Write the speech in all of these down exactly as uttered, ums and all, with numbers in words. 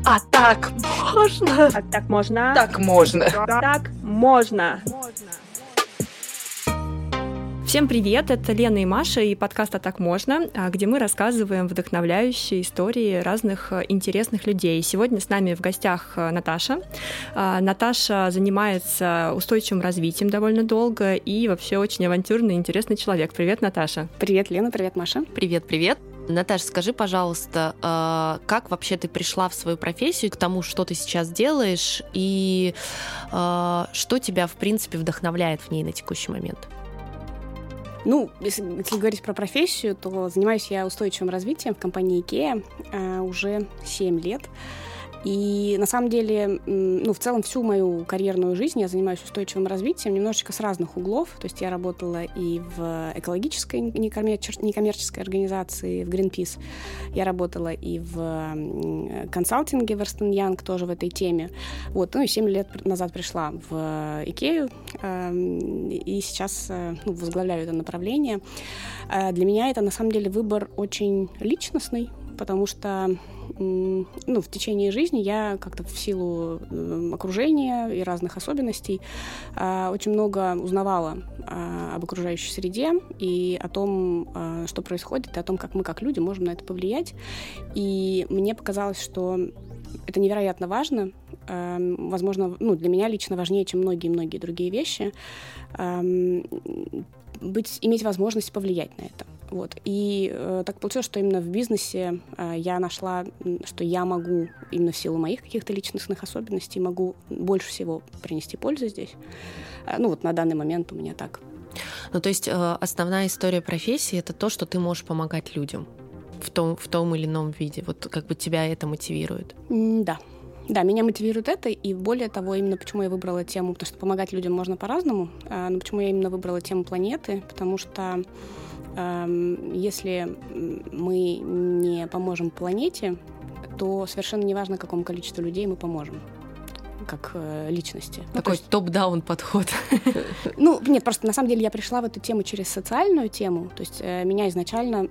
А так можно? А так можно? Так можно. Так можно. Всем привет, это Лена и Маша и подкаст «А так можно», где мы рассказываем вдохновляющие истории разных интересных людей. Сегодня с нами в гостях Наташа. Наташа занимается устойчивым развитием довольно долго и вообще очень авантюрный и интересный человек. Привет, Наташа. Привет, Лена, привет, Маша. Привет-привет. Наташа, скажи, пожалуйста, как вообще ты пришла в свою профессию, к тому, что ты сейчас делаешь, и что тебя, в принципе, вдохновляет в ней на текущий момент? Ну, если, если говорить про профессию, то занимаюсь я устойчивым развитием в компании IKEA э, уже семь лет. И на самом деле, ну, в целом всю мою карьерную жизнь я занимаюсь устойчивым развитием немножечко с разных углов. То есть я работала и в экологической некоммерческой, некоммерческой организации, в Greenpeace. Я работала и в консалтинге в Ernst энд Young, тоже в этой теме. Вот. Ну и семь лет назад пришла в IKEA э, и сейчас э, ну, возглавляю это направление. Э, для меня это на самом деле выбор очень личностный, потому что ну, в течение жизни я как-то в силу окружения и разных особенностей очень много узнавала об окружающей среде и о том, что происходит, и о том, как мы, как люди, можем на это повлиять. И мне показалось, что это невероятно важно. Возможно, ну, для меня лично важнее, чем многие-многие другие вещи, быть, иметь возможность повлиять на это. Вот. И э, так получилось, что именно в бизнесе э, я нашла, что я могу, именно в силу моих каких-то личностных особенностей, могу больше всего принести пользу здесь. Э, ну вот на данный момент у меня так. Ну то есть э, основная история профессии — это то, что ты можешь помогать людям в том, в том или ином виде. Вот как бы тебя это мотивирует. Mm, да. Да, меня мотивирует это, и более того, именно почему я выбрала тему, потому что помогать людям можно по-разному, э, но почему я именно выбрала тему планеты, потому что если мы не поможем планете, то совершенно неважно, какому количеству людей мы поможем, как э, личности. Такой ну, то есть... топ-даун подход. Ну, нет, просто на самом деле я пришла в эту тему через социальную тему, то есть э, меня изначально...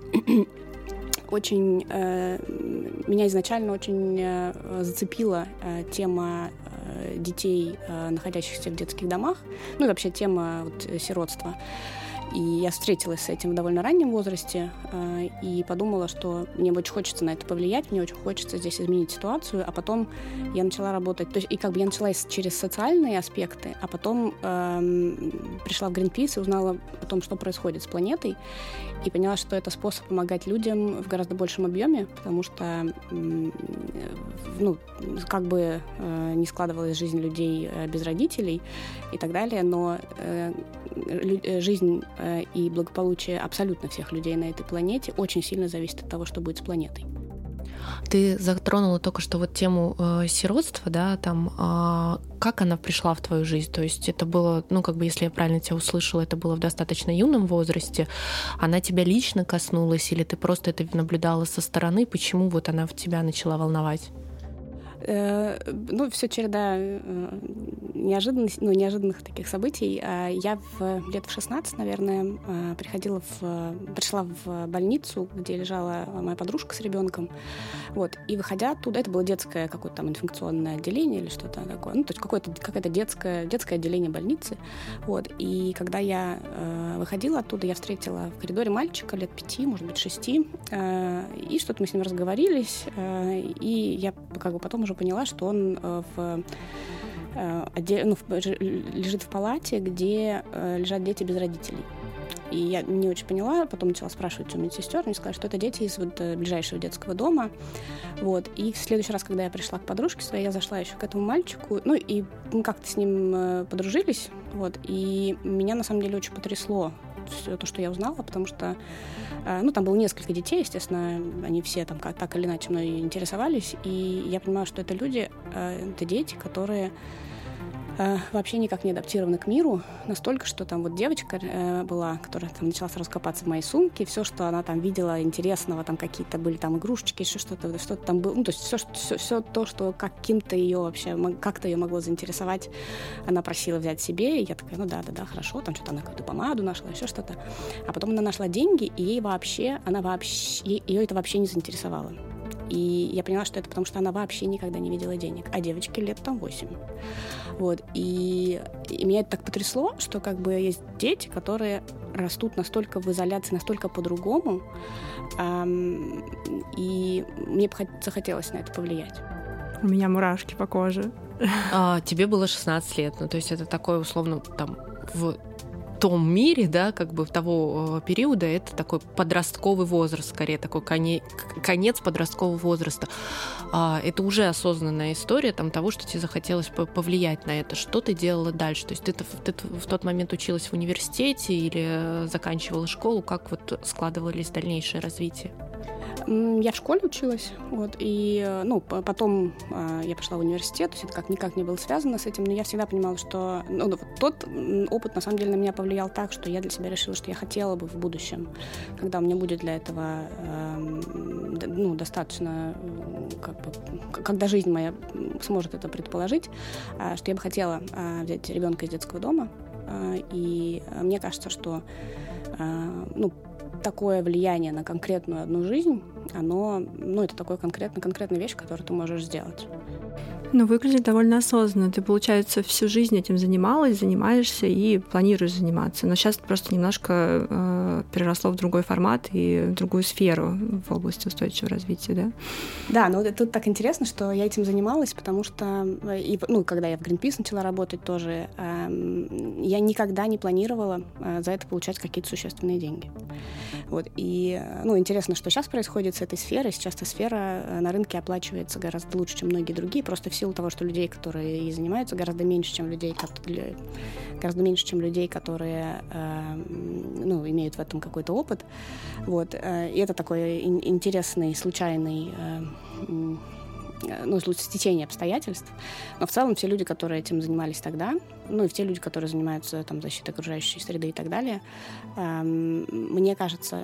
очень э, меня изначально очень э, зацепила э, тема э, детей, э, находящихся в детских домах, ну и вообще тема вот, сиротства. И я встретилась с этим в довольно раннем возрасте э, и подумала, что мне очень хочется на это повлиять, мне очень хочется здесь изменить ситуацию, а потом я начала работать, то есть и как бы я начала через социальные аспекты, а потом э, пришла в Greenpeace и узнала о том, что происходит с планетой, и поняла, что это способ помогать людям в гораздо большем объеме, потому что э, ну, как бы э, не складывалась жизнь людей э, без родителей и так далее, но э, лю- жизнь и благополучие абсолютно всех людей на этой планете очень сильно зависит от того, что будет с планетой. Ты затронула только что вот тему э, сиротства, да, там, э, как она пришла в твою жизнь? То есть это было, ну, как бы, если я правильно тебя услышала, это было в достаточно юном возрасте, она тебя лично коснулась, или ты просто это наблюдала со стороны? Почему вот она в тебя начала волновать? Ну, все череда неожиданных, ну, неожиданных таких событий. Я в, лет в шестнадцать, наверное, приходила в, пришла в больницу, где лежала моя подружка с ребенком. Вот. И выходя оттуда, это было детское какое-то там инфекционное отделение или что-то такое. Ну, то есть какое-то, какое-то детское, детское отделение больницы. Вот. И когда я э, выходила оттуда, я встретила в коридоре мальчика лет пяти, может быть, шести. Э, и что-то мы с ним разговорились. Э, и я как бы потом уже поняла, что он э, в, э, отде... ну, в, лежит в палате, где э, лежат дети без родителей. И я не очень поняла, потом начала спрашивать у медсестер, они сказали, что это дети из вот, ближайшего детского дома. Вот. И в следующий раз, когда я пришла к подружке своей, я зашла еще к этому мальчику, ну и мы как-то с ним э, подружились, вот, и меня на самом деле очень потрясло все то, что я узнала, потому что э, ну, там было несколько детей, естественно, они все там как, так или иначе мной интересовались, и я понимала, что это люди, э, это дети, которые э, вообще никак не адаптированы к миру, настолько, что там вот девочка э, была, которая там начала сразу копаться в моей сумке, все, что она там видела интересного, там какие-то были там игрушечки, еще что-то, что-то там было, ну, то есть все, все, все то, что каким-то ее вообще, как-то ее могло заинтересовать, она просила взять себе, и я такая, ну да-да-да, хорошо, там что-то она какую-то помаду нашла, еще что-то. А потом она нашла деньги, и ей вообще, она вообще, ее это вообще не заинтересовало. И я поняла, что это потому, что она вообще никогда не видела денег, а девочке лет там восемь. Вот. И, и меня это так потрясло, что как бы есть дети, которые растут настолько в изоляции, настолько по-другому, эм, и мне захотелось на это повлиять. У меня мурашки по коже. А, тебе было шестнадцать лет, ну то есть это такое условно там в том мире, да, как бы того периода, это такой подростковый возраст, скорее такой коне, конец подросткового возраста. А, это уже осознанная история там того, что тебе захотелось повлиять на это. Что ты делала дальше? То есть ты, ты в тот момент училась в университете или заканчивала школу? Как вот складывались дальнейшее развитие? Я в школе училась, вот, и, ну, потом э, я пошла в университет, то есть это как никак не было связано с этим, но я всегда понимала, что, ну, вот тот опыт, на самом деле, на меня повлиял так, что я для себя решила, что я хотела бы в будущем, когда у меня будет для этого, э, ну, достаточно, как бы, когда жизнь моя сможет это предположить, э, что я бы хотела э, взять ребенка из детского дома, э, и мне кажется, что, э, ну, такое влияние на конкретную одну жизнь, оно, ну, это такая конкретная, конкретная вещь, которую ты можешь сделать. Ну, выглядит довольно осознанно. Ты, получается, всю жизнь этим занималась, занимаешься и планируешь заниматься. Но сейчас просто немножко э, переросло в другой формат и в другую сферу в области устойчивого развития, да? Да, но тут так интересно, что я этим занималась, потому что, и, ну, когда я в Greenpeace начала работать тоже, э, я никогда не планировала э, за это получать какие-то существенные деньги. Вот. И, ну, интересно, что сейчас происходит с этой сферой. Сейчас эта сфера на рынке оплачивается гораздо лучше, чем многие другие, просто в силу того, что людей, которые ей занимаются, гораздо меньше, чем людей, которые, гораздо меньше, чем людей, которые э, ну, имеют в этом какой-то опыт. Вот. И это такой интересный, случайный э, ну, стечение обстоятельств. Но в целом все люди, которые этим занимались тогда, ну и все люди, которые занимаются там, защитой окружающей среды и так далее, э, мне кажется,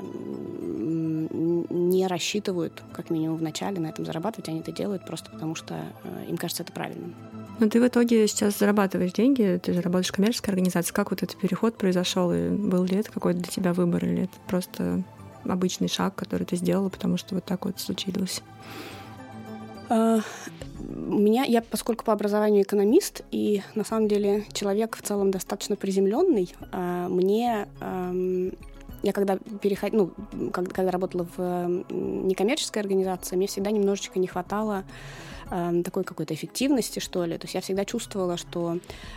не рассчитывают, как минимум в начале, на этом зарабатывать. Они это делают просто потому, что э, им кажется это правильным. Но ты в итоге сейчас зарабатываешь деньги, ты же работаешь в коммерческой организации. Как вот этот переход произошел? И был ли это какой-то для тебя выбор, или это просто обычный шаг, который ты сделала, потому что вот так вот случилось? У меня, я, поскольку по образованию экономист и, на самом деле, человек в целом достаточно приземленный, мне, я когда переходила, ну, когда, когда работала в некоммерческой организации, мне всегда немножечко не хватало такой какой-то эффективности, что ли. То есть я всегда чувствовала, что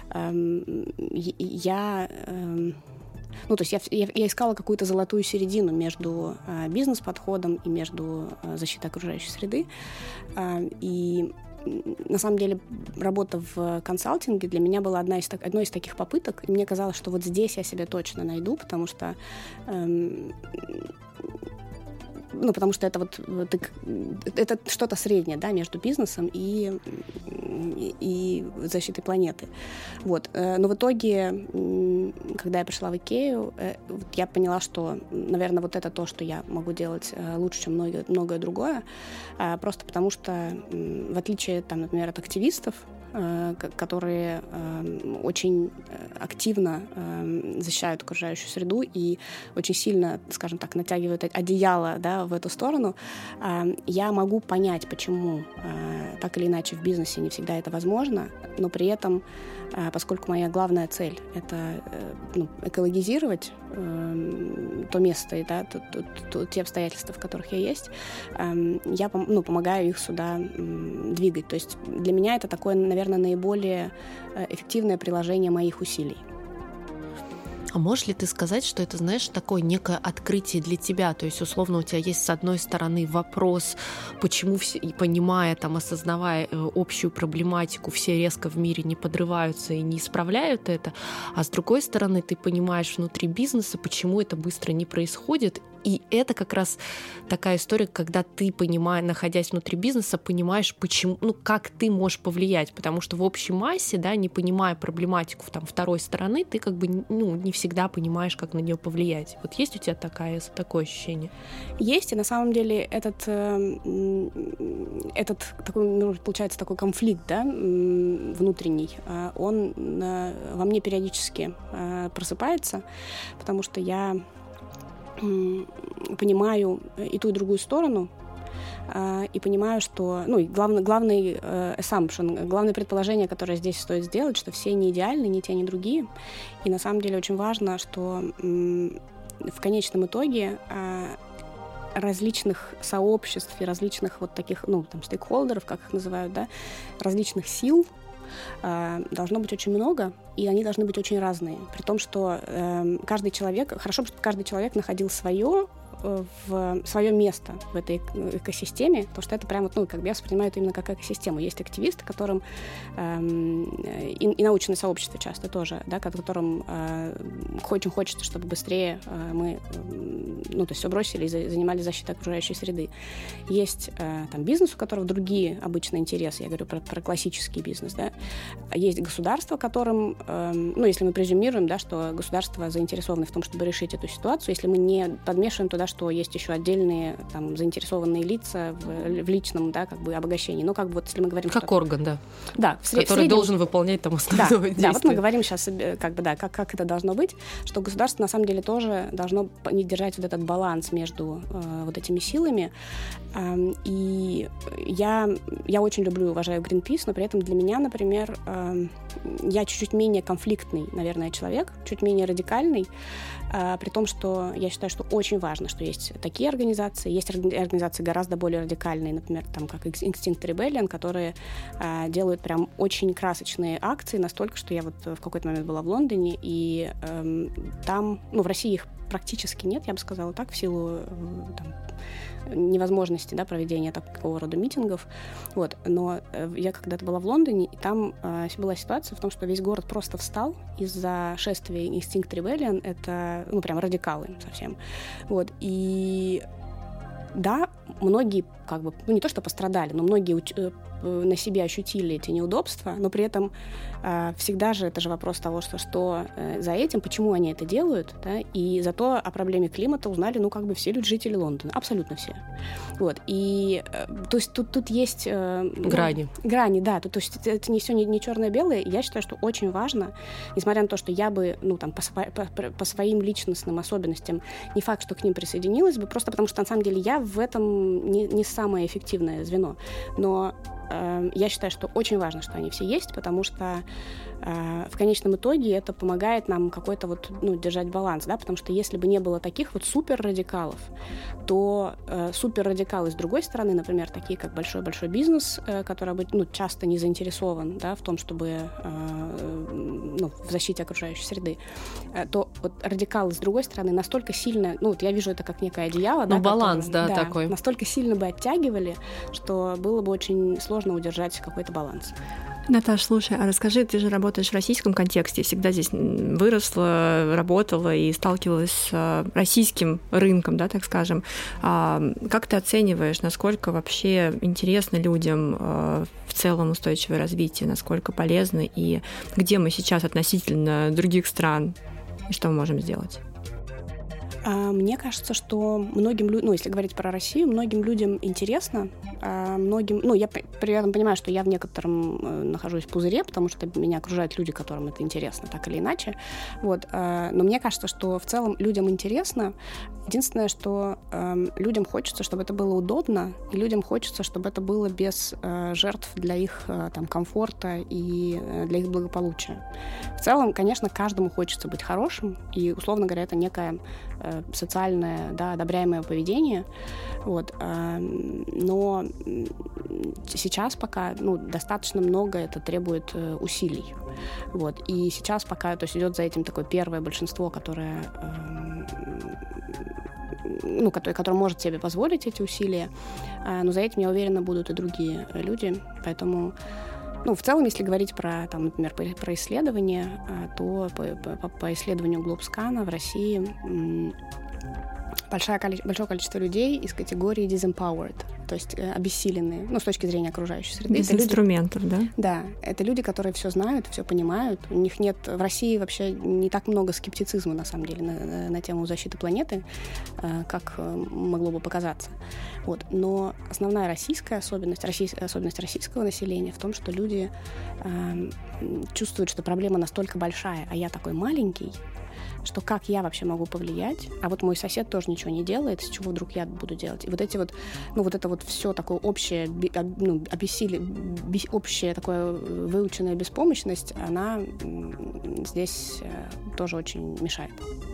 я... Ну, то есть я, я, я искала какую-то золотую середину между э, бизнес-подходом и между э, защитой окружающей среды. Э, и на самом деле работа в консалтинге для меня была одна из, одной из таких попыток. И мне казалось, что вот здесь я себя точно найду, потому что... Э, Ну, потому что это вот ты, это что-то среднее, да, между бизнесом и, и, и защитой планеты. Вот. Но в итоге, когда я пришла в Икею, я поняла, что, наверное, вот это то, что я могу делать лучше, чем многое, многое другое, просто потому что, в отличие, там, например, от активистов, которые очень активно защищают окружающую среду и очень сильно, скажем так, натягивают одеяло, да, в эту сторону, я могу понять, почему так или иначе в бизнесе не всегда это возможно, но при этом, поскольку моя главная цель — это, ну, экологизировать то место и, да, то, то, то, те обстоятельства, в которых я есть, я, ну, помогаю их сюда двигать. То есть для меня это такое, наверное, наиболее эффективное приложение моих усилий. А можешь ли ты сказать, что это, знаешь, такое некое открытие для тебя? То есть, условно, у тебя есть, с одной стороны, вопрос, почему все, и понимая, там, осознавая общую проблематику, все резко в мире не подрываются и не исправляют это, а с другой стороны, ты понимаешь внутри бизнеса, почему это быстро не происходит. И это как раз такая история, когда ты, понимая, находясь внутри бизнеса, понимаешь, почему, ну, как ты можешь повлиять, потому что в общей массе, да, не понимая проблематику там, второй стороны, ты как бы, ну, не всегда понимаешь, как на нее повлиять. Вот есть у тебя такая, такое ощущение? Есть, и на самом деле этот, этот такой, ну, получается, такой конфликт, да, внутренний, он во мне периодически просыпается, потому что я понимаю и ту, и другую сторону, э, и понимаю, что, ну, и главный, главный э, assumption, главное предположение, которое здесь стоит сделать, что все не идеальны, ни те, ни другие. И на самом деле очень важно, что м- в конечном итоге э, различных сообществ и различных вот таких, ну, там, стейкхолдеров, как их называют, да, различных сил э, должно быть очень много, и они должны быть очень разные. При том, что э, каждый человек, хорошо, чтобы каждый человек находил свое в свое место в этой экосистеме, потому что это прямо, ну, как бы я воспринимаю это именно как экосистему. Есть активисты, которым эм, и, и научное сообщество часто тоже, да, которым э, очень хочется, чтобы быстрее э, мы, э, ну, то есть все бросили и за, занимались защитой окружающей среды. Есть э, там бизнес, у которого другие обычные интересы, я говорю про, про классический бизнес, да. Есть государство, которым, э, ну, если мы презюмируем, да, что государство заинтересовано в том, чтобы решить эту ситуацию, если мы не подмешиваем туда, что есть еще отдельные там заинтересованные лица в, в личном, да, как бы обогащении. Ну, как бы вот если мы говорим, как что... орган, да. Да, в сред... который в среднем... должен выполнять там основное да, действие. Да, вот мы говорим сейчас, как бы, да, как, как это должно быть, что государство на самом деле тоже должно держать вот этот баланс между э, вот этими силами. Э, и я, я очень люблю и уважаю Greenpeace, но при этом для меня, например, э, я чуть-чуть менее конфликтный, наверное, человек, чуть менее радикальный, э, при том, что я считаю, что очень важно, что есть такие организации, есть организации гораздо более радикальные, например, там, как Extinct Rebellion, которые э, делают прям очень красочные акции, настолько, что я вот в какой-то момент была в Лондоне, и э, там, ну, в России их практически нет, я бы сказала так, в силу э, там, невозможности, да, проведения такого рода митингов. Вот. Но э, я когда-то была в Лондоне, и там э, была ситуация в том, что весь город просто встал из-за шествия Extinct Rebellion. Это, ну, прям радикалы совсем. Вот. И да, многие, как бы, ну, не то что пострадали, но многие э, на себе ощутили эти неудобства, но при этом э, всегда же это же вопрос того, что, что э, за этим, почему они это делают, да, и зато о проблеме климата узнали, ну, как бы все люди, жители Лондона, абсолютно все. Вот, и, э, то есть тут, тут есть... Э, грани. Ну, грани, да, то, то есть это не все не, не черное-белое, я считаю, что очень важно, несмотря на то, что я бы, ну, там, по, по, по своим личностным особенностям, не факт, что к ним присоединилась бы, просто потому что, на самом деле, я в этом не, не самое эффективное звено, но я считаю, что очень важно, что они все есть, потому что э, в конечном итоге это помогает нам какой-то вот, ну, держать баланс, да, потому что если бы не было таких вот суперрадикалов, то э, суперрадикалы с другой стороны, например, такие как большой-большой бизнес, э, который, ну, часто не заинтересован, да, в том, чтобы, э, ну, в защите окружающей среды, э, то вот радикалы с другой стороны настолько сильно, ну, вот я вижу это как некое одеяло, ну, да, баланс, который, да, да, такой, настолько сильно бы оттягивали, что было бы очень сложно сложно удержать какой-то баланс. Наташ, слушай, а расскажи, ты же работаешь в российском контексте, всегда здесь выросла, работала и сталкивалась с российским рынком, да, так скажем. Как ты оцениваешь, насколько вообще интересно людям в целом устойчивое развитие, насколько полезно, и где мы сейчас относительно других стран, и что мы можем сделать? Мне кажется, что многим людям, ну, если говорить про Россию, многим людям интересно, многим, ну, я при этом понимаю, что я в некотором нахожусь в пузыре, потому что меня окружают люди, которым это интересно, так или иначе, вот, но мне кажется, что в целом людям интересно. Единственное, что людям хочется, чтобы это было удобно, и людям хочется, чтобы это было без жертв для их, там, комфорта и для их благополучия. В целом, конечно, каждому хочется быть хорошим, и, условно говоря, это некое социальное, да, одобряемое поведение, вот, но сейчас пока, ну, достаточно много это требует усилий, вот, и сейчас пока, то есть идет за этим такое первое большинство, которое, ну, которое, которое может себе позволить эти усилия, но за этим, я уверена, будут и другие люди, поэтому, ну, в целом, если говорить про, там, например, про исследования, то по, по, по исследованию Глобскана в России большое количество, большое количество людей из категории disempowered, то есть э, обессиленные, ну, с точки зрения окружающей среды. Без это инструментов, люди, да? Да, это люди, которые все знают, все понимают. У них нет, в России вообще не так много скептицизма, на самом деле, на, на тему защиты планеты, э, как э, могло бы показаться. Вот. Но основная российская особенность, российская особенность российского населения в том, что люди э, чувствуют, что проблема настолько большая, а я такой маленький, что как я вообще могу повлиять, а вот мой сосед тоже ничего не делает, с чего вдруг я буду делать. И вот эти вот, ну, вот это вот вот все такое общее, ну, обессилие, общая такая выученная беспомощность, она здесь тоже очень мешает.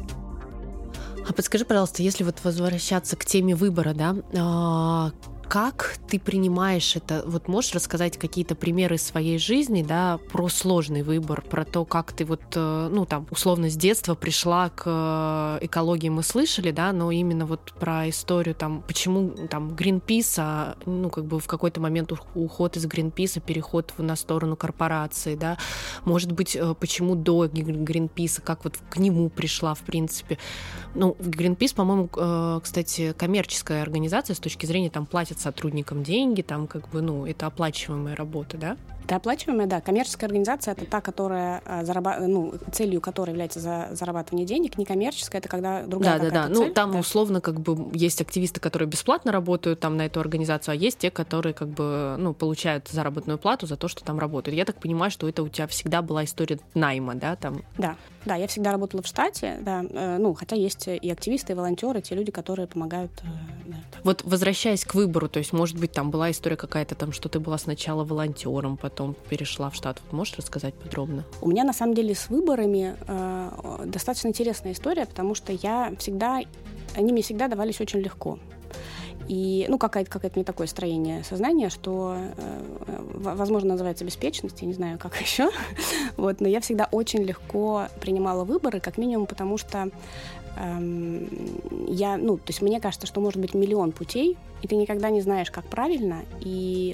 А подскажи, пожалуйста, если вот возвращаться к теме выбора, да, как ты принимаешь это? Вот можешь рассказать какие-то примеры своей жизни, да, про сложный выбор, про то, как ты вот, ну, там, условно, с детства пришла к экологии, мы слышали, да, но именно вот про историю, там, почему, там, Greenpeace, а, ну, как бы в какой-то момент уход из Greenpeace, переход на сторону корпорации, да, может быть, почему до Greenpeace, как вот к нему пришла, в принципе. Ну, Greenpeace, по-моему, кстати, коммерческая организация с точки зрения, там, платят сотрудникам деньги, там как бы, ну, это оплачиваемая работа, да? Это оплачиваемая, да. Коммерческая организация — это та, которая, зараба... ну, целью которой является за... зарабатывание денег. Некоммерческая — это когда другая да, какая-то да, да. цель. Ну, там да. условно как бы есть активисты, которые бесплатно работают там на эту организацию, а есть те, которые как бы, ну, получают заработную плату за то, что там работают. Я так понимаю, что это у тебя всегда была история найма, да, там? Да, да, я всегда работала в штате, да, ну, хотя есть и активисты, и волонтеры, те люди, которые помогают. Да. Вот возвращаясь к выбору, то есть, может быть, там была история какая-то там, что ты была сначала волонтером, потом перешла в штат. Вот можешь рассказать подробно? У меня, на самом деле, с выборами э, достаточно интересная история, потому что я всегда, они мне всегда давались очень легко. И, ну, какое-то, какое-то не такое строение сознания, что, э, возможно, называется беспечность, я не знаю, как еще. Вот, но я всегда очень легко принимала выборы, как минимум, потому что эм, я, ну, то есть мне кажется, что может быть миллион путей, и ты никогда не знаешь, как правильно, и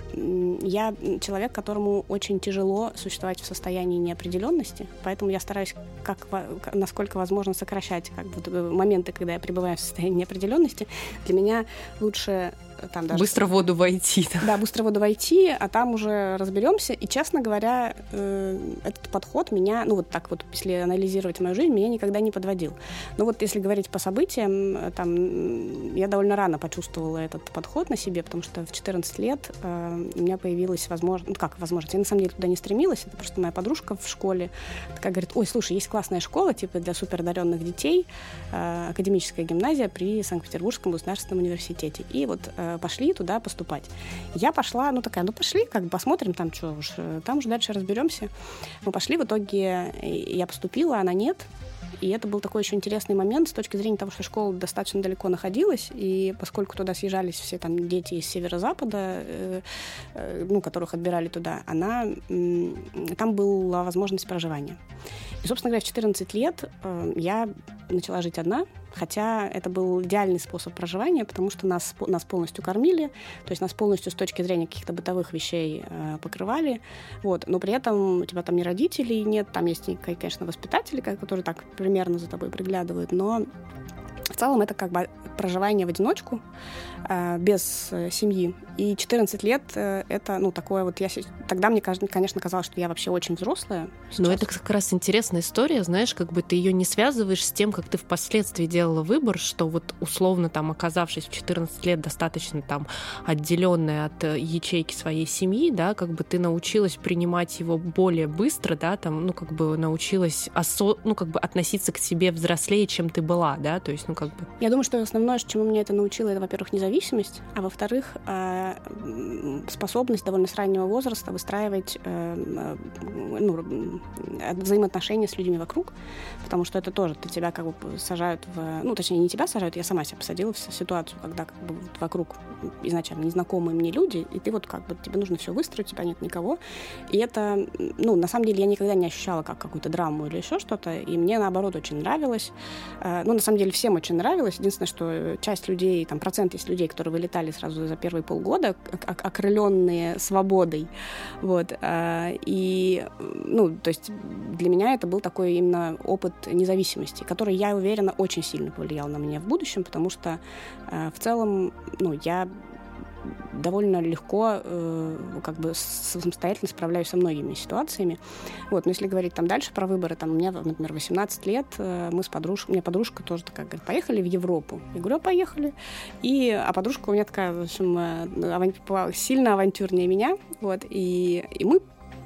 я человек, которому очень тяжело существовать в состоянии неопределенности, поэтому я стараюсь, как, насколько возможно, сокращать как бы, моменты, когда я пребываю в состоянии неопределенности. Для меня лучше там даже... Быстро в воду войти. Да, да быстро в воду войти, а там уже разберемся. И, честно говоря, э, этот подход меня, ну вот так вот, если анализировать мою жизнь, меня никогда не подводил. Но вот если говорить по событиям, там, я довольно рано почувствовала этот подход на себе, потому что в четырнадцать лет э, у меня появилась возможность, ну как возможность, я на самом деле туда не стремилась, это просто моя подружка в школе такая говорит: ой, слушай, есть классная школа, типа для суперодаренных детей, э, академическая гимназия при Санкт-Петербургском государственном университете. И вот э, пошли туда поступать. Я пошла, ну такая, ну пошли, как бы посмотрим, там что уж, там уже дальше разберемся. Мы пошли, в итоге я поступила, она нет. И это был такой еще интересный момент с точки зрения того, что школа достаточно далеко находилась, и поскольку туда съезжались все там дети из северо-запада, э, э, ну, которых отбирали туда, она, э, там была возможность проживания. И, собственно говоря, в четырнадцать лет э, я начала жить одна, хотя это был идеальный способ проживания, потому что нас, нас полностью кормили, то есть нас полностью с точки зрения каких-то бытовых вещей э, покрывали, вот, но при этом у тебя там ни родителей нет, там есть, конечно, воспитатели, которые так примерно за тобой приглядывают, но в целом это как бы проживание в одиночку, э, без э, семьи. И четырнадцать лет э, это, ну, такое вот... Я, тогда мне, конечно, казалось, что я вообще очень взрослая. Сейчас. Но это как раз интересная история, знаешь, как бы ты ее не связываешь с тем, как ты впоследствии делала выбор, что вот условно там, оказавшись в четырнадцать лет достаточно там отделенная от ячейки своей семьи, да, как бы ты научилась принимать его более быстро, да, там, ну, как бы научилась осо... ну, как бы относиться к себе взрослее, чем ты была, да, то есть, ну, как бы... Я думаю, что основное, чему меня это научило, это, во-первых, независимость, а во-вторых, способность довольно с раннего возраста выстраивать ну, взаимоотношения с людьми вокруг, потому что это тоже, ты тебя как бы сажают в... Ну, точнее, не тебя сажают, я сама себя посадила в ситуацию, когда как бы вот вокруг изначально незнакомые мне люди, и ты вот как бы, тебе нужно все выстроить, у тебя нет никого. И это, ну, на самом деле, я никогда не ощущала как какую-то драму или еще что-то, и мне, наоборот, очень нравилось. Ну, на самом деле, всем очень нравилось. Единственное, что часть людей, там, процент есть людей, которые вылетали сразу за первые полгода, окрыленные свободой. Вот. И, ну, то есть для меня это был такой именно опыт независимости, который, я уверена, очень сильно повлиял на меня в будущем, потому что в целом, ну, я довольно легко э, как бы самостоятельно справляюсь со многими ситуациями. Вот. Но если говорить там дальше про выборы, там, у меня, например, восемнадцать лет, э, мы с подружкой, у меня подружка тоже такая, говорит, поехали в Европу. Я говорю, поехали. И, а подружка у меня такая, в общем, э, аван... сильно авантюрнее меня. Вот. И, и мы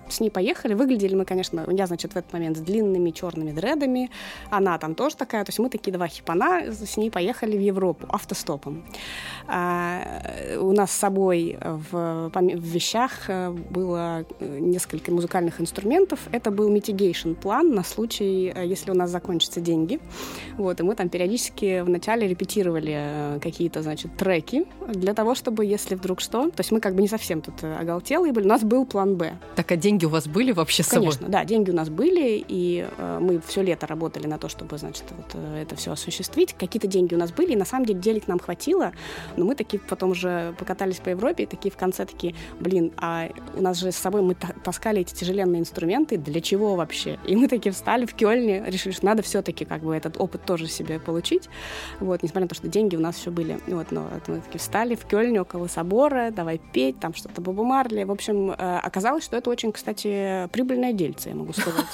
с ней поехали. Выглядели мы, конечно, я, значит, в этот момент с длинными черными дредами, она там тоже такая, то есть мы такие два хипана, с ней поехали в Европу автостопом. А, у нас с собой в, в вещах было несколько музыкальных инструментов. Это был mitigation план на случай, если у нас закончатся деньги. Вот, и мы там периодически вначале репетировали какие-то, значит, треки для того, чтобы, если вдруг что, то есть мы как бы не совсем тут оголтелые были, у нас был план «Б». Так, а деньги у вас были вообще с собой? Конечно, да, деньги у нас были, и э, мы все лето работали на то, чтобы, значит, вот, э, это все осуществить. Какие-то деньги у нас были, и на самом деле денег нам хватило, но мы такие потом уже покатались по Европе, и такие в конце такие, блин, а у нас же с собой мы таскали эти тяжеленные инструменты, для чего вообще? И мы такие встали в Кёльне, решили, что надо все-таки как бы этот опыт тоже себе получить, вот, несмотря на то, что деньги у нас все были. Вот, но вот мы такие встали в Кёльне около собора, давай петь, там что-то Бобу Марли. В общем, э, оказалось, что это очень, кстати, прибыльное дельце, я могу сказать.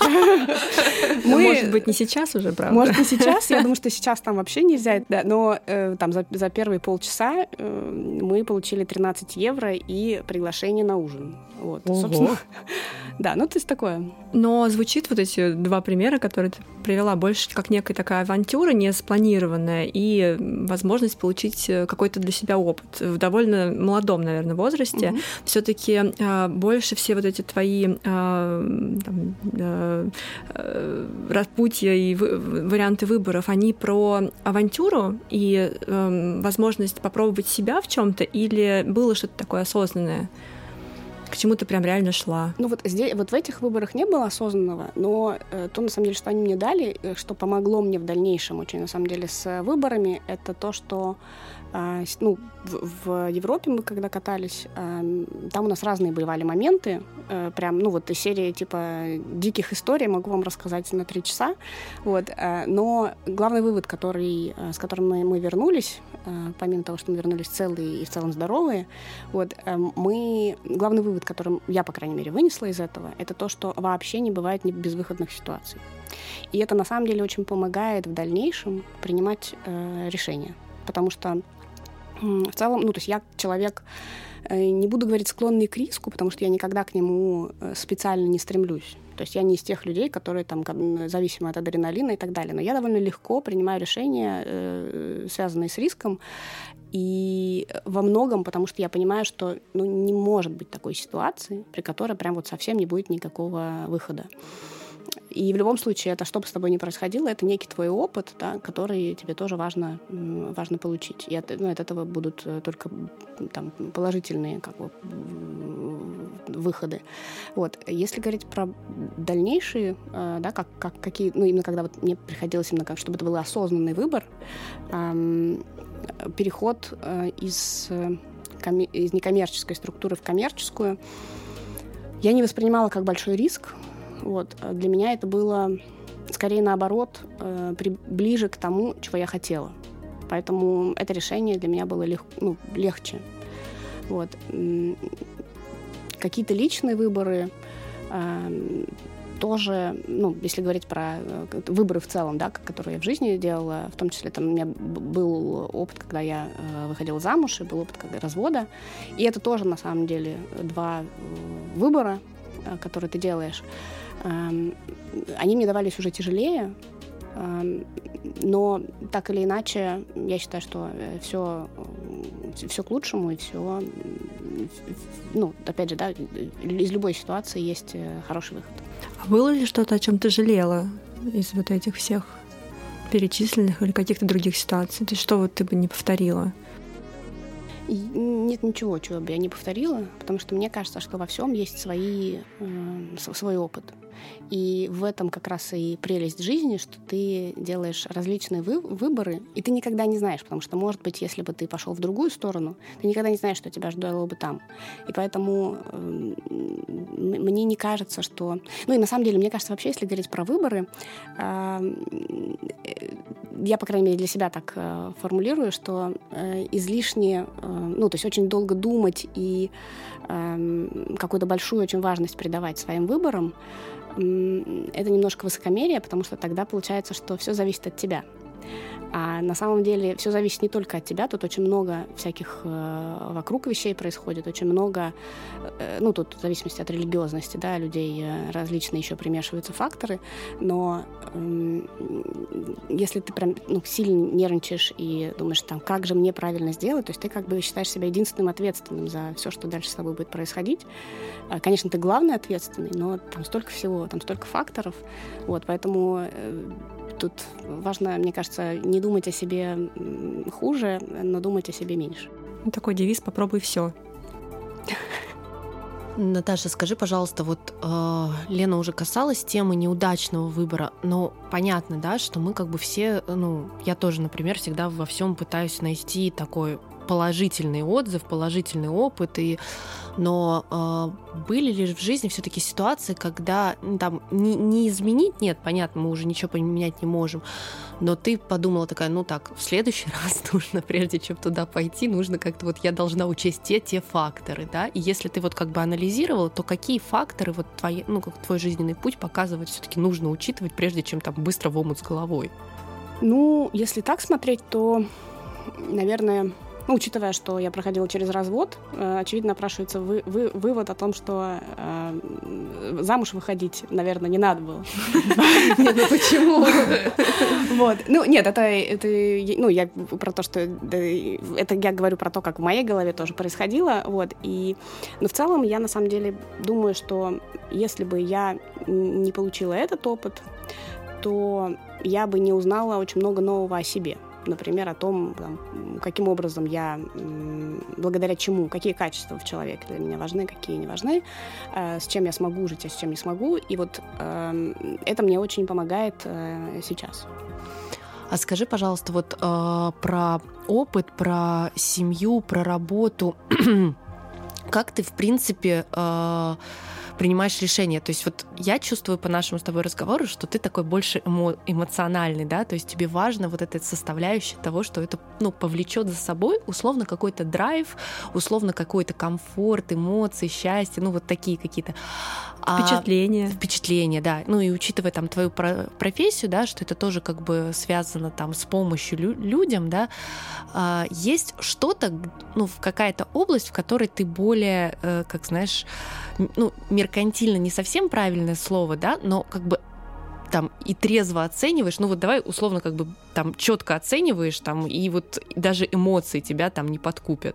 Может быть, не сейчас уже, правда? Может, не сейчас. Я думаю, что сейчас там вообще нельзя. Но там за первые полчаса мы получили тринадцать евро и приглашение на ужин. Вот, собственно. Да, ну то есть такое. Но звучит вот эти два примера, которые ты привела, больше как некая такая авантюра, не спланированная, и возможность получить какой-то для себя опыт в довольно молодом, наверное, возрасте. Mm-hmm. Все-таки э, больше все вот эти твои э, там, э, э, распутья и вы, варианты выборов, они про авантюру и э, возможность попробовать себя в чем-то, или было что-то такое осознанное? К чему ты прям реально шла? Ну вот здесь, вот в этих выборах не было осознанного, но э, то, на самом деле, что они мне дали, э, что помогло мне в дальнейшем очень, на самом деле, с выборами, это то, что э, ну, в, в Европе мы когда катались, э, там у нас разные бывали моменты, э, прям, ну вот из серии типа диких историй могу вам рассказать на три часа, вот, э, но главный вывод, который, э, с которым мы, мы вернулись, э, помимо того, что мы вернулись целые и в целом здоровые, вот, э, мы, главный вывод, которым я, по крайней мере, вынесла из этого, это то, что вообще не бывает безвыходных ситуаций. И это, на самом деле, очень помогает в дальнейшем принимать э, решения. Потому что э, в целом, ну, то есть я человек, э, не буду говорить склонный к риску, потому что я никогда к нему специально не стремлюсь. То есть я не из тех людей, которые там зависимы от адреналина и так далее. Но я довольно легко принимаю решения, э, связанные с риском, и во многом, потому что я понимаю, что ну, не может быть такой ситуации, при которой прям вот совсем не будет никакого выхода. И в любом случае, это что бы с тобой ни происходило, это некий твой опыт, да, который тебе тоже важно, важно получить. И от, ну, от этого будут только там, положительные как бы, выходы. Вот. Если говорить про дальнейшие, да, как, как, какие, ну, именно когда вот мне приходилось, именно как, чтобы это был осознанный выбор, эм, переход э, из, э, коми- из некоммерческой структуры в коммерческую, я не воспринимала как большой риск. Вот. Для меня это было скорее наоборот, э, при, ближе к тому, чего я хотела. Поэтому это решение для меня было лег, ну, легче. Вот. Какие-то личные выборы э, тоже, ну, если говорить про выборы в целом, да, которые я в жизни делала, в том числе там у меня был опыт, когда я э, выходила замуж, и был опыт когда, развода. И это тоже, на самом деле, два выбора, э, которые ты делаешь. Э, они мне давались уже тяжелее, э, но так или иначе, я считаю, что все, все к лучшему, и все, ну, опять же, да, из любой ситуации есть хороший выход. А было ли что-то, о чем ты жалела из вот этих всех перечисленных или каких-то других ситуаций? То есть что вот ты бы не повторила? Нет ничего, чего бы я не повторила, потому что мне кажется, что во всем есть свои, э, свой опыт. И в этом как раз и прелесть жизни, что ты делаешь различные вы- выборы, и ты никогда не знаешь, потому что, может быть, если бы ты пошел в другую сторону, ты никогда не знаешь, что тебя ждало бы там. И поэтому э, мне не кажется, что... Ну и на самом деле, мне кажется, вообще, если говорить про выборы, э, я, по крайней мере, для себя так э, формулирую, что э, излишне, э, ну, то есть очень долго думать и э, какую-то большую очень важность придавать своим выборам, это немножко высокомерие, потому что тогда получается, что все зависит от тебя. А на самом деле все зависит не только от тебя, тут очень много всяких э, вокруг вещей происходит, очень много, э, ну, тут в зависимости от религиозности, да, людей э, различные еще примешиваются факторы, но э, если ты прям, ну, сильно нервничаешь и думаешь, там, как же мне правильно сделать, то есть ты как бы считаешь себя единственным ответственным за все, что дальше с тобой будет происходить. Э, конечно, ты главный ответственный, но там столько всего, там столько факторов, вот, поэтому... Э, Тут важно, мне кажется, не думать о себе хуже, но думать о себе меньше. Ну, такой девиз «попробуй все». Наташа, скажи, пожалуйста, вот э, Лена уже касалась темы неудачного выбора, но понятно, да, что мы как бы все, ну, я тоже, например, всегда во всем пытаюсь найти такой положительный отзыв, положительный опыт, и, но э, были ли в жизни все-таки ситуации, когда ну, там не, не изменить, нет, понятно, мы уже ничего поменять не можем, но ты подумала такая, ну так, в следующий раз нужно, прежде чем туда пойти, нужно как-то вот я должна учесть те, те факторы, да, и если ты вот как бы анализировала, то какие факторы вот твои, ну как твой жизненный путь показывает, все-таки нужно учитывать, прежде чем там быстро в омут с головой? Ну, если так смотреть, то, наверное... Ну, учитывая, что я проходила через развод, э, очевидно, напрашивается вы, вы, вывод о том, что э, замуж выходить, наверное, не надо было. Нет, ну почему? Вот. Ну, нет, это, это, ну, я про то, что это я говорю про то, как в моей голове тоже происходило, вот. И, но в целом я на самом деле думаю, что если бы я не получила этот опыт, то я бы не узнала очень много нового о себе. Например, о том, там, каким образом я, благодаря чему, какие качества в человеке для меня важны, какие не важны, э, с чем я смогу жить, а с чем не смогу. И вот э, это мне очень помогает э, сейчас. А скажи, пожалуйста, вот э, про опыт, про семью, про работу. Как ты, в принципе, э, принимаешь решения? То есть вот я чувствую по нашему с тобой разговору, что ты такой больше эмо- эмоциональный, да, то есть тебе важно вот эта составляющая того, что это, ну, повлечет за собой условно какой-то драйв, условно какой-то комфорт, эмоции, счастье, ну вот такие какие-то. Впечатления. А, впечатления, да. Ну и учитывая там твою про- профессию, да, что это тоже как бы связано там с помощью лю- людям, да, а, есть что-то, ну, какая-то область, в которой ты более, э, как знаешь, ну, меркантильно не совсем правильное слово, да, но как бы там и трезво оцениваешь, ну вот давай условно как бы там четко оцениваешь, там, и вот даже эмоции тебя там не подкупят.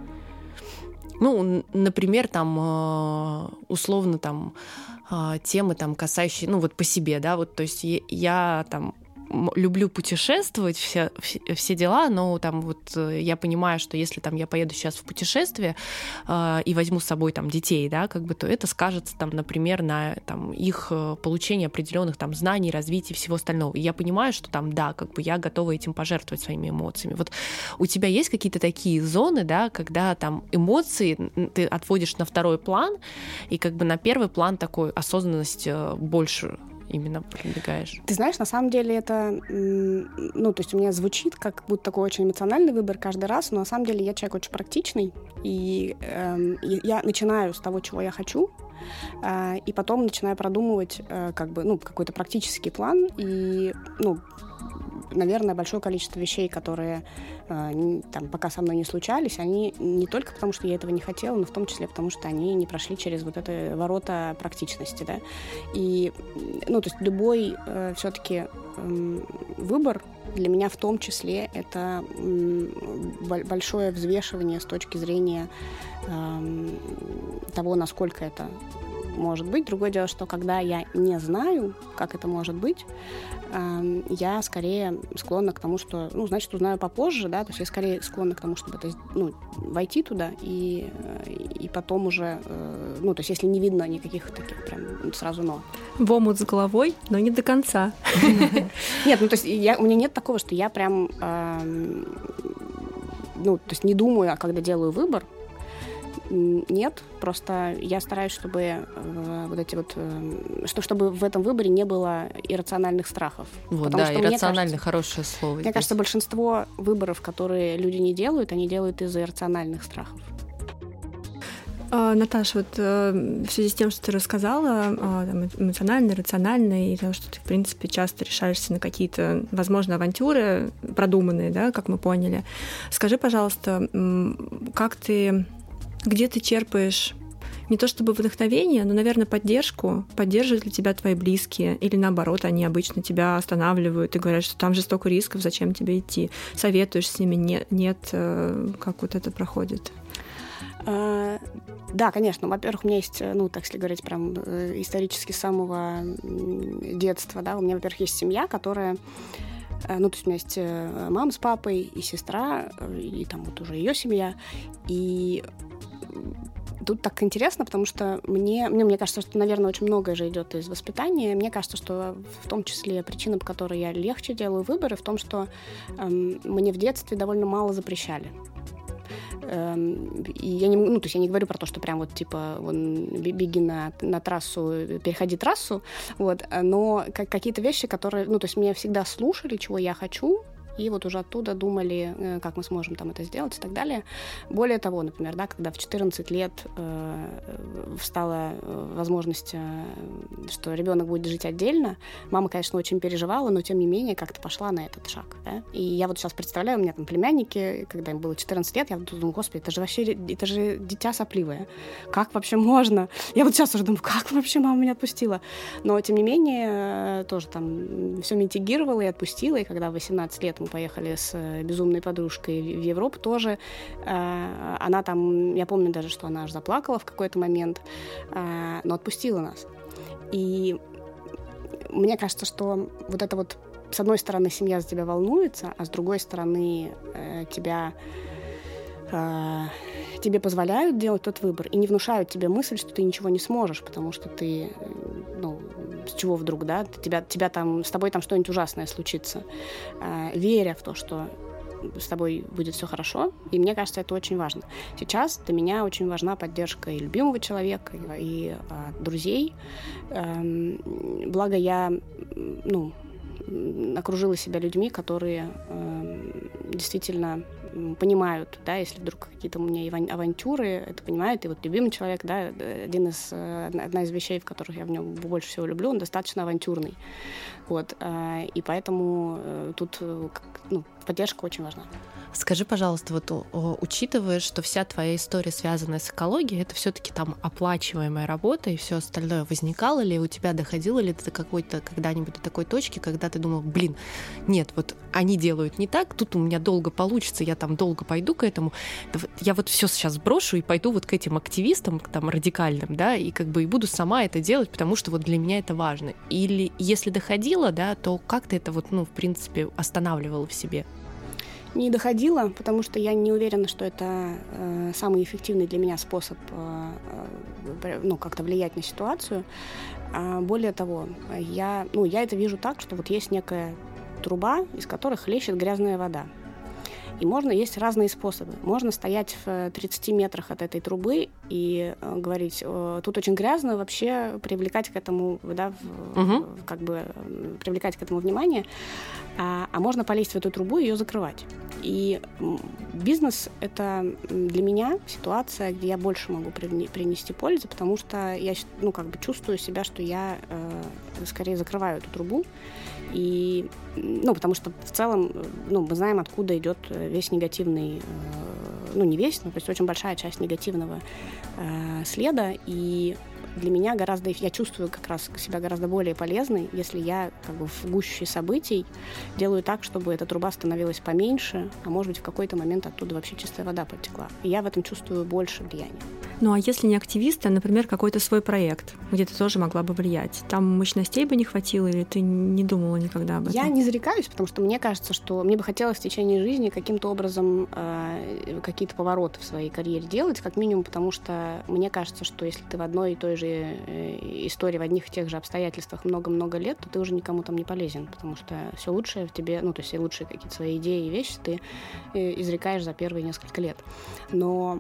Ну, например, там, условно, там, темы, там, касающие, ну, вот по себе, да, вот, то есть я, там, люблю путешествовать, все, все дела, но там вот я понимаю, что если там я поеду сейчас в путешествие э, и возьму с собой там детей, да, как бы, то это скажется там, например, на там их получение определенных там знаний, развития и всего остального. И я понимаю, что там, да, как бы я готова этим пожертвовать своими эмоциями. Вот у тебя есть какие-то такие зоны, да, когда там эмоции ты отводишь на второй план, и как бы на первый план такой осознанность больше именно продвигаешь? Ты знаешь, на самом деле это, ну, то есть у меня звучит как будто такой очень эмоциональный выбор каждый раз, но на самом деле я человек очень практичный, и, э, и я начинаю с того, чего я хочу, э, и потом начинаю продумывать э, как бы, ну, какой-то практический план, и, ну, наверное, большое количество вещей, которые э, там, пока со мной не случались, они не только потому, что я этого не хотела, но в том числе потому, что они не прошли через вот это ворота практичности, да. И, ну, то есть любой э, все-таки э, выбор для меня в том числе это э, большое взвешивание с точки зрения э, того, насколько это может быть. Другое дело, что когда я не знаю, как это может быть, э, я скорее склонна к тому, что, ну, значит, узнаю попозже, да, то есть я скорее склонна к тому, чтобы это, ну, войти туда и, и потом уже, э, ну, то есть если не видно никаких таких прям сразу «но». В омут с головой, но не до конца. Нет, ну, то есть я, у меня нет такого, что я прям, э, ну, то есть не думаю, а когда делаю выбор, нет, просто я стараюсь, чтобы э, вот эти вот, э, что, чтобы в этом выборе не было иррациональных страхов. Вот, потому да, что, иррационально кажется, хорошее слово. Мне здесь. кажется, большинство выборов, которые люди не делают, они делают из-за иррациональных страхов. А, Наташа, вот э, в связи с тем, что ты рассказала, э, там, эмоционально, рационально, и то, что ты, в принципе, часто решаешься на какие-то, возможно, авантюры продуманные, да, как мы поняли. Скажи, пожалуйста, как ты, где ты черпаешь не то чтобы вдохновение, но, наверное, поддержку? Поддерживают ли тебя твои близкие? Или, наоборот, они обычно тебя останавливают и говорят, что там же столько рисков, зачем тебе идти? Советуешь с ними? Нет, нет, как вот это проходит? Uh, да, конечно. Во-первых, у меня есть, ну, так если говорить, прям исторически с самого детства, да, у меня, во-первых, есть семья, которая, ну, то есть у меня есть мама с папой и сестра, и там вот уже ее семья, и тут так интересно, потому что мне, мне, мне кажется, что, наверное, очень многое же идет из воспитания. Мне кажется, что в том числе причина, по которой я легче делаю выборы, в том, что эм, мне в детстве довольно мало запрещали. И я не, ну, то есть я не говорю про то, что прям вот типа вон, беги на, на трассу, переходи трассу, вот, но как, какие-то вещи, которые, ну, то есть меня всегда слушали, чего я хочу, и вот уже оттуда думали, как мы сможем там это сделать и так далее. Более того, например, да, когда в четырнадцать лет э, встала возможность, э, что ребенок будет жить отдельно, мама, конечно, очень переживала, но тем не менее как-то пошла на этот шаг. Да? И я вот сейчас представляю, у меня там племянники, когда им было четырнадцать лет, я думаю, господи, это же вообще, это же дитя сопливое. Как вообще можно? Я вот сейчас уже думаю, как вообще мама меня отпустила? Но тем не менее тоже там все митигировала и отпустила, и когда в восемнадцать лет мы поехали с безумной подружкой в Европу тоже. Она там, я помню даже, что она аж заплакала в какой-то момент, но отпустила нас. И мне кажется, что вот это вот, с одной стороны, семья за тебя волнуется, а с другой стороны, тебя... тебе позволяют делать тот выбор и не внушают тебе мысль, что ты ничего не сможешь, потому что ты, ну, с чего вдруг, да, тебя, тебя там, с тобой там что-нибудь ужасное случится, веря в то, что с тобой будет все хорошо, и мне кажется, это очень важно. Сейчас для меня очень важна поддержка и любимого человека, и, и а, друзей. Эм, благо я, ну, окружила себя людьми, которые э, действительно понимают, да, если вдруг какие-то у меня авантюры, это понимают, и вот любимый человек, да, один из, одна из вещей, в которых я в нем больше всего люблю, он достаточно авантюрный, вот, э, и поэтому э, тут, ну, поддержка очень важна. Скажи, пожалуйста, вот учитывая, что вся твоя история, связанная с экологией, это все-таки там оплачиваемая работа и все остальное, возникало ли у тебя, доходило ли ты до какой-то когда-нибудь до такой точки, когда ты думал, блин, нет, вот они делают не так, тут у меня долго получится, я там долго пойду к этому, я вот все сейчас брошу и пойду вот к этим активистам там радикальным, да, и как бы и буду сама это делать, потому что вот для меня это важно. Или если доходило, да, то как ты это вот, ну, в принципе, останавливала в себе? Не доходила, потому что я не уверена, что это э, самый эффективный для меня способ э, э, ну, как-то влиять на ситуацию. А более того, я, ну, я это вижу так, что вот есть некая труба, из которой хлещет грязная вода. И можно, есть разные способы. Можно стоять в тридцати метрах от этой трубы и э, говорить, э, тут очень грязно, вообще привлекать к этому, да, в, угу. в, как бы привлекать к этому внимание. А, а можно полезть в эту трубу и ее закрывать. И бизнес — это для меня ситуация, где я больше могу принести пользу, потому что я, ну, как бы чувствую себя, что я э, скорее закрываю эту трубу. И, ну, потому что в целом, ну, мы знаем, откуда идет весь негативный, э, ну, не весь, но то есть очень большая часть негативного э, следа. И для меня гораздо, я чувствую как раз себя гораздо более полезной, если я как бы в гуще событий делаю так, чтобы эта труба становилась поменьше, а может быть в какой-то момент оттуда вообще чистая вода потекла. И я в этом чувствую больше влияния. Ну а если не активисты, а, например, какой-то свой проект, где ты тоже могла бы влиять, там мощностей бы не хватило, или ты не думала никогда об этом? Я не зарекаюсь, потому что мне кажется, что мне бы хотелось в течение жизни каким-то образом э, какие-то повороты в своей карьере делать, как минимум, потому что мне кажется, что если ты в одной и той же истории, в одних и тех же обстоятельствах много-много лет, то ты уже никому там не полезен, потому что все лучшее в тебе, ну, то есть все лучшие какие-то свои идеи и вещи ты изрекаешь за первые несколько лет. Но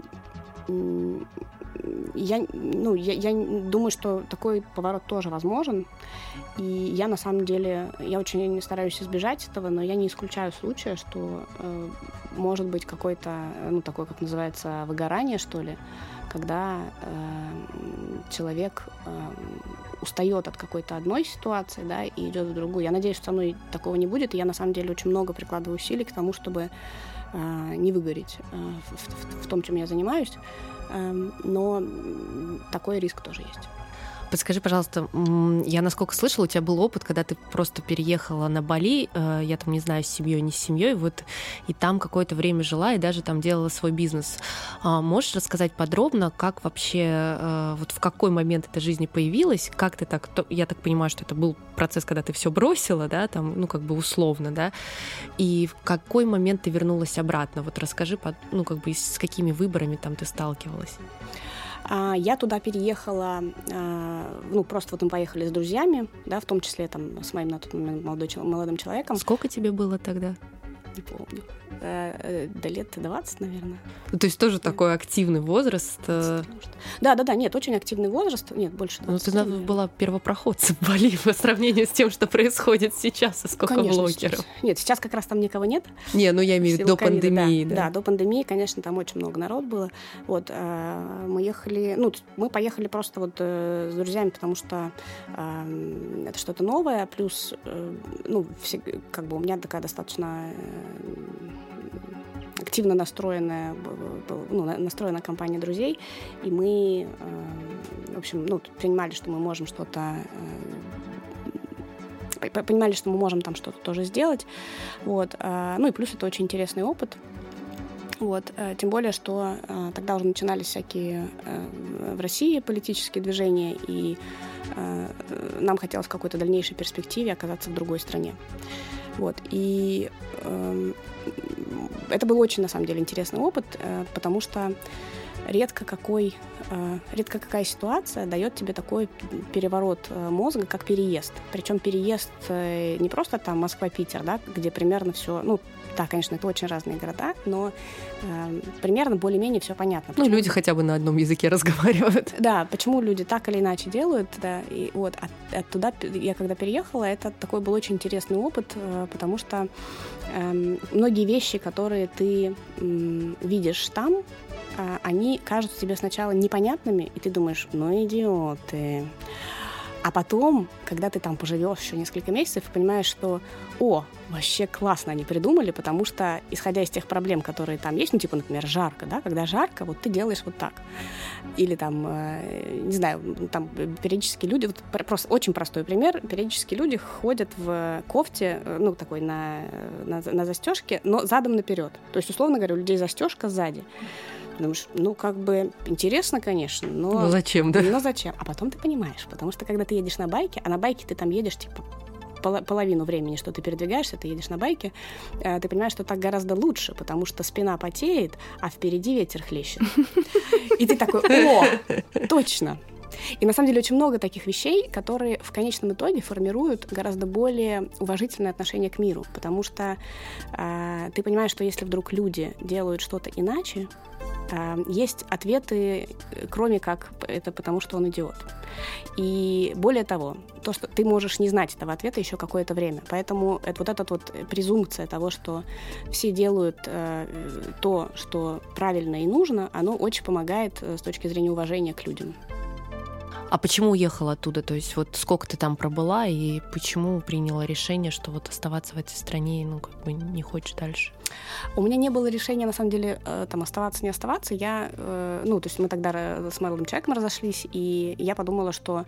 я, ну, я, я думаю, что такой поворот тоже возможен, и я на самом деле, я очень стараюсь избежать этого, но я не исключаю случая, что э, может быть какой-то, ну, такой, как называется, выгорание, что ли, когда э, человек э, устает от какой-то одной ситуации, да, и идет в другую. Я надеюсь, что со мной такого не будет, и я, на самом деле, очень много прикладываю усилий к тому, чтобы э, не выгореть э, в, в, в том, чем я занимаюсь, э, но такой риск тоже есть. Подскажи, пожалуйста, я насколько слышала, у тебя был опыт, когда ты просто переехала на Бали, я там не знаю, с семьей, не с семьей, вот, и там какое-то время жила и даже там делала свой бизнес. Можешь рассказать подробно, как вообще, вот в какой момент этой жизни появилась, как ты так, я так понимаю, что это был процесс, когда ты все бросила, да, там, ну, как бы условно, да, и в какой момент ты вернулась обратно? Вот расскажи, ну, как бы с какими выборами там ты сталкивалась? Я туда переехала, ну, просто вот мы поехали с друзьями, да, в том числе там с моим на тот момент молодым человеком. Сколько тебе было тогда? Не помню. До лет двадцать, наверное. Ну, то есть тоже такой активный возраст. Да, да, да, нет, очень активный возраст. Нет, больше двадцати. Ну, ты наверное. Была первопроходцем в Бали по сравнению с тем, что происходит сейчас, и сколько конечно, блогеров. Сейчас. Нет, сейчас как раз там никого нет. Не, ну я имею в виду до ковида, пандемии. Да, да. да, до пандемии, конечно, там очень много народ было. Вот, мы ехали, ну, мы поехали просто вот с друзьями, потому что э, это что-то новое, плюс, э, ну, все, как бы у меня такая достаточно активно настроенная, ну, настроена компания друзей, и мы, в общем, ну, понимали, что мы можем что-то, понимали, что мы можем там что-то тоже сделать, вот, ну и плюс это очень интересный опыт, вот, тем более, что тогда уже начинались всякие в России политические движения, и нам хотелось в какой-то дальнейшей перспективе оказаться в другой стране. Вот, и э, это был очень, на самом деле, интересный опыт, э, потому что редко какой, э, редко какая ситуация дает тебе такой переворот э, мозга, как переезд. Причем переезд э, не просто там Москва-Питер, да, где примерно все, ну, да, конечно, это очень разные города, но э, примерно более-менее все понятно. Ну, люди хотя бы на одном языке разговаривают. Да, почему люди так или иначе делают, да, и вот от, оттуда я когда переехала, это такой был очень интересный опыт, э, потому что э, многие вещи, которые ты э, видишь там, э, они кажутся тебе сначала непонятными, и ты думаешь, ну, идиоты. А потом, когда ты там поживешь еще несколько месяцев, понимаешь, что, о, вообще классно они придумали, потому что, исходя из тех проблем, которые там есть, ну, типа, например, жарко, да, когда жарко, вот ты делаешь вот так. Или там, э, не знаю, там периодически люди, вот просто очень простой пример, периодически люди ходят в кофте, ну, такой на, на, на застежке, но задом наперед. То есть, условно говоря, у людей застежка сзади. Думаешь, ну, как бы интересно, конечно, но... Ну, зачем, да? Но зачем? А потом ты понимаешь, потому что, когда ты едешь на байке, а на байке ты там едешь, типа, пол- половину времени, что ты передвигаешься, ты едешь на байке, э, ты понимаешь, что так гораздо лучше, потому что спина потеет, а впереди ветер хлещет. И ты такой, о, точно! И на самом деле очень много таких вещей, которые в конечном итоге формируют гораздо более уважительное отношение к миру, потому что э, ты понимаешь, что если вдруг люди делают что-то иначе, э, есть ответы, кроме как это потому, что он идиот. И более того, то, что ты можешь не знать этого ответа еще какое-то время. Поэтому это, вот эта вот презумпция того, что все делают э, то, что правильно и нужно, оно очень помогает э, с точки зрения уважения к людям. А почему уехала оттуда? То есть вот сколько ты там пробыла и почему приняла решение, что вот оставаться в этой стране, ну, как бы не хочешь дальше? У меня не было решения, на самом деле, там оставаться, не оставаться. Я, ну, то есть мы тогда с молодым человеком разошлись, и я подумала, что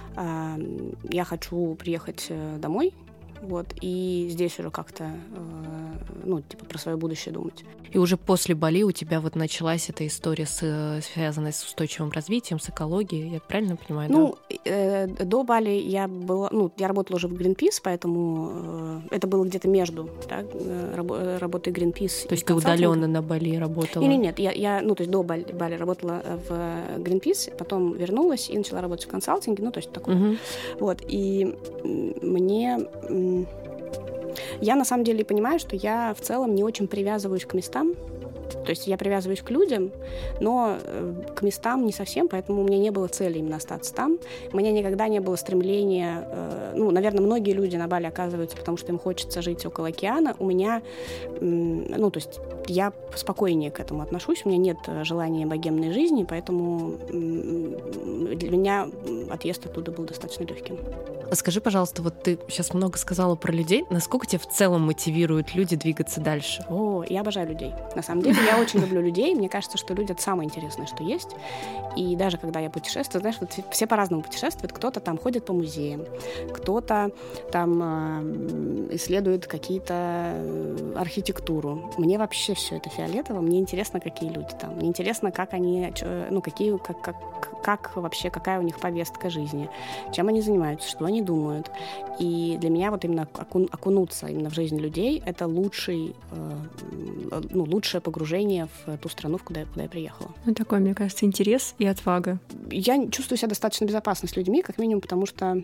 э, я хочу приехать домой, вот, и здесь уже как-то, э, ну, типа, про свое будущее думать. И уже после Бали у тебя вот началась эта история, с, связанная с устойчивым развитием, с экологией, я правильно понимаю? Ну, да? э, до Бали я была, ну, я работала уже в Greenpeace, поэтому э, это было где-то между, да, раб- работой Greenpeace. То есть ты удаленно на Бали работала? Нет, нет, я, я, ну, то есть до Бали, Бали работала в Greenpeace, потом вернулась и начала работать в консалтинге, ну, то есть такое. Угу. Вот, и мне... Я на самом деле понимаю, что я в целом не очень привязываюсь к местам, То есть я привязываюсь к людям, но к местам не совсем, поэтому у меня не было цели именно остаться там. У меня никогда не было стремления... Ну, наверное, многие люди на Бали оказываются, потому что им хочется жить около океана. У меня... Ну, то есть я спокойнее к этому отношусь. У меня нет желания богемной жизни, поэтому для меня отъезд оттуда был достаточно легким. Скажи, пожалуйста, вот ты сейчас много сказала про людей. Насколько тебя в целом мотивируют люди двигаться дальше? О, я обожаю людей. На самом деле, я очень люблю людей. Мне кажется, что люди — это самое интересное, что есть. И даже когда я путешествую, знаешь, вот все по-разному путешествуют. Кто-то там ходит по музеям, кто-то там э, исследует какие-то архитектуру. Мне вообще все это фиолетово. Мне интересно, какие люди там. Мне интересно, как они, ну, какие, как, как, как вообще, какая у них повестка жизни, чем они занимаются, что они думают. И для меня вот именно окун, окунуться именно в жизнь людей — это лучший, э, ну, лучшее погружение в ту страну, куда я, куда я приехала. Ну, такой, мне кажется, интерес и отвага. Я чувствую себя достаточно безопасно с людьми, как минимум, потому что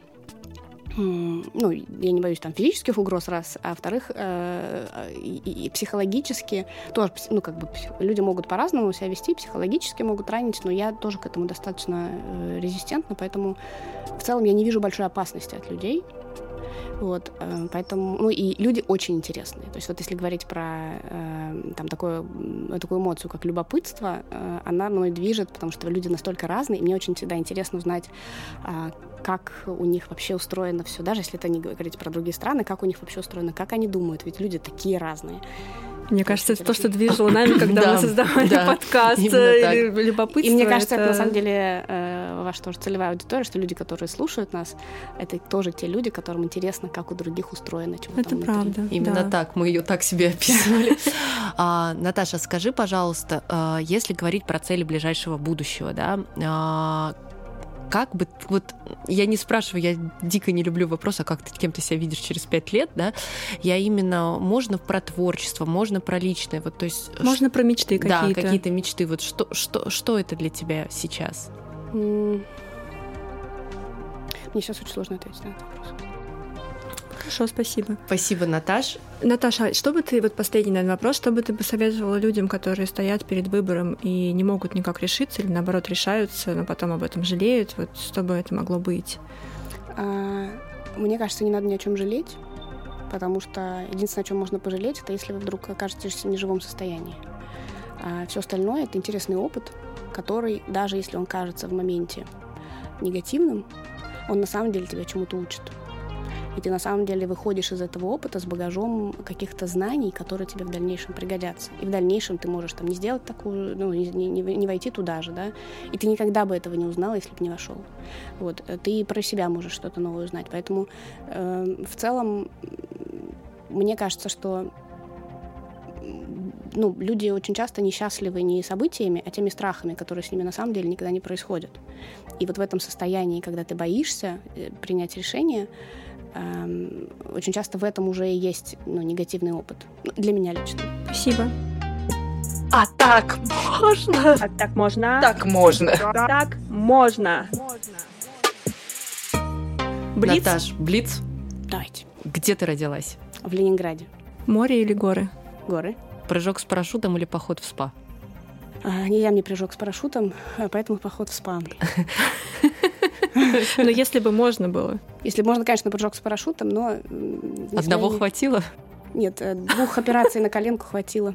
ну, я не боюсь там физических угроз, раз, а во-вторых, э, и, и психологически тоже, ну, как бы люди могут по-разному себя вести, психологически могут ранить, но я тоже к этому достаточно э, резистентна, поэтому в целом я не вижу большой опасности от людей. Вот, э, поэтому, ну, и люди очень интересные. То есть вот если говорить про э, там такое, такую эмоцию, как любопытство, э, она мной движет, потому что люди настолько разные, и мне очень всегда интересно узнать, э, как у них вообще устроено все, даже если это не говорить про другие страны, как у них вообще устроено, как они думают, ведь люди такие разные. Мне кажется, это то, что движило нами, когда мы создавали подкаст или любопытство. И мне кажется, это на самом деле ваша тоже целевая аудитория, что люди, которые слушают нас, это тоже те люди, которым интересно, как у других устроено чего-то. Это правда. Именно так, мы ее так себе описывали. Наташа, скажи, пожалуйста, если говорить про цели ближайшего будущего, да, как бы, вот я не спрашиваю, я дико не люблю вопрос, а как ты, кем ты себя видишь через пять лет, да, я именно, можно про творчество, можно про личное, вот, то есть... Можно ш... про мечты какие-то. Да, какие-то мечты, вот что, что, что это для тебя сейчас? Mm. Мне сейчас очень сложно ответить на этот вопрос. Хорошо, спасибо. Спасибо, Наташ. Наташа, что бы ты, вот последний, наверное, вопрос, что бы ты посоветовала людям, которые стоят перед выбором и не могут никак решиться, или наоборот решаются, но потом об этом жалеют, вот что бы это могло быть? А, мне кажется, не надо ни о чем жалеть, потому что единственное, о чем можно пожалеть, это если вы вдруг окажетесь в неживом состоянии. А все остальное — это интересный опыт, который, даже если он кажется в моменте негативным, он на самом деле тебя чему-то учит. И ты на самом деле выходишь из этого опыта с багажом каких-то знаний, которые тебе в дальнейшем пригодятся. И в дальнейшем ты можешь там не сделать такую, ну, не, не, не войти туда же, да. И ты никогда бы этого не узнала, если бы не вошел. Вот. Ты про себя можешь что-то новое узнать. Поэтому э, в целом мне кажется, что ну, люди очень часто несчастливы не событиями, а теми страхами, которые с ними на самом деле никогда не происходят. И вот в этом состоянии, когда ты боишься принять решение, эм, очень часто в этом уже и есть ну, негативный опыт. Для меня лично. Спасибо. А так можно? А так можно? Так можно. Так можно. Блиц? Наташ, блиц? Давайте. Где ты родилась? В Ленинграде. Море или горы? Горы. Прыжок с парашютом или поход в спа? А, нельзя мне прыжок с парашютом, поэтому поход в спа. Но если бы можно было. Если можно, конечно, прыжок с парашютом, но... Одного хватило? Нет, двух операций на коленку хватило.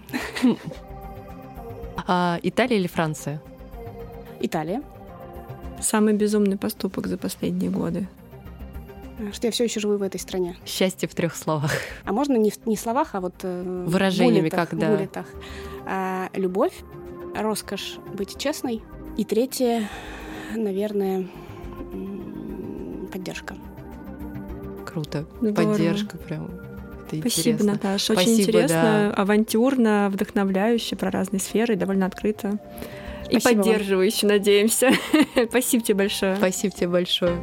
Италия или Франция? Италия. Самый безумный поступок за последние годы? Что я все еще живу в этой стране. Счастье в трех словах. А можно не в, не в словах, а вот выражениями, буллетах, как да. буллетах. А, любовь, роскошь быть честной. И третье, наверное, поддержка. Круто. Здорово. Поддержка прям. Это Спасибо, интересно. Наташа. Очень Спасибо, интересно, да. авантюрно, вдохновляюще, про разные сферы, довольно открыто. Спасибо и поддерживающе, вам. Надеемся. Спасибо тебе большое. Спасибо тебе большое.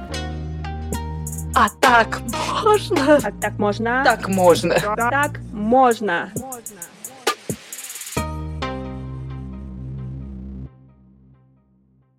А так можно? А так можно? Так можно. Так можно.